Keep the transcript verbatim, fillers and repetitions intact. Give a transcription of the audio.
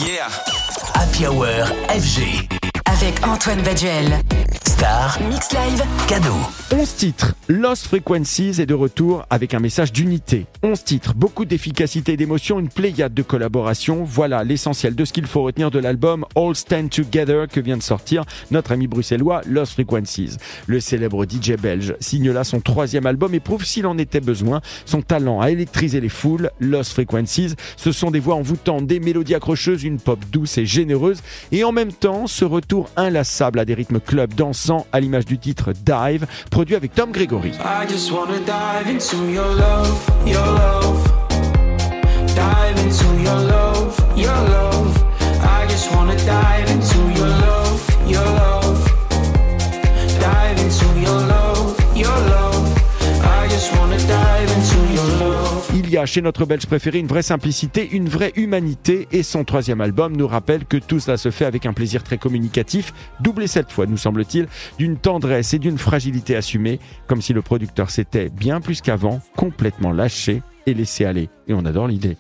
Yeah. Happy Hour F G. Avec Antoine Baduel. Star. Mix Live. Cadeau. onze titres. Lost Frequencies est de retour avec un message d'unité. onze titres, beaucoup d'efficacité et d'émotion, une pléiade de collaborations. Voilà l'essentiel de ce qu'il faut retenir de l'album All Stand Together que vient de sortir notre ami bruxellois Lost Frequencies. Le célèbre D J belge signe là son troisième album et prouve s'il en était besoin son talent à électriser les foules. Lost Frequencies, ce sont des voix envoûtantes, des mélodies accrocheuses, une pop douce et généreuse et en même temps ce retour inlassable à des rythmes club dansants à l'image du titre Dive, produit avec Tom Gregory. I just wanna dive into your love, your love. Dive into your love, your love. I just wanna dive into your love, your love. Dive into your love, your love. I just wanna dive into your love. Il y a chez notre Belge préféré une vraie simplicité, une vraie humanité et son troisième album nous rappelle que tout cela se fait avec un plaisir très communicatif, doublé cette fois, nous semble-t-il, d'une tendresse et d'une fragilité assumée, comme si le producteur s'était, bien plus qu'avant, complètement lâché et laissé aller. Et on adore l'idée.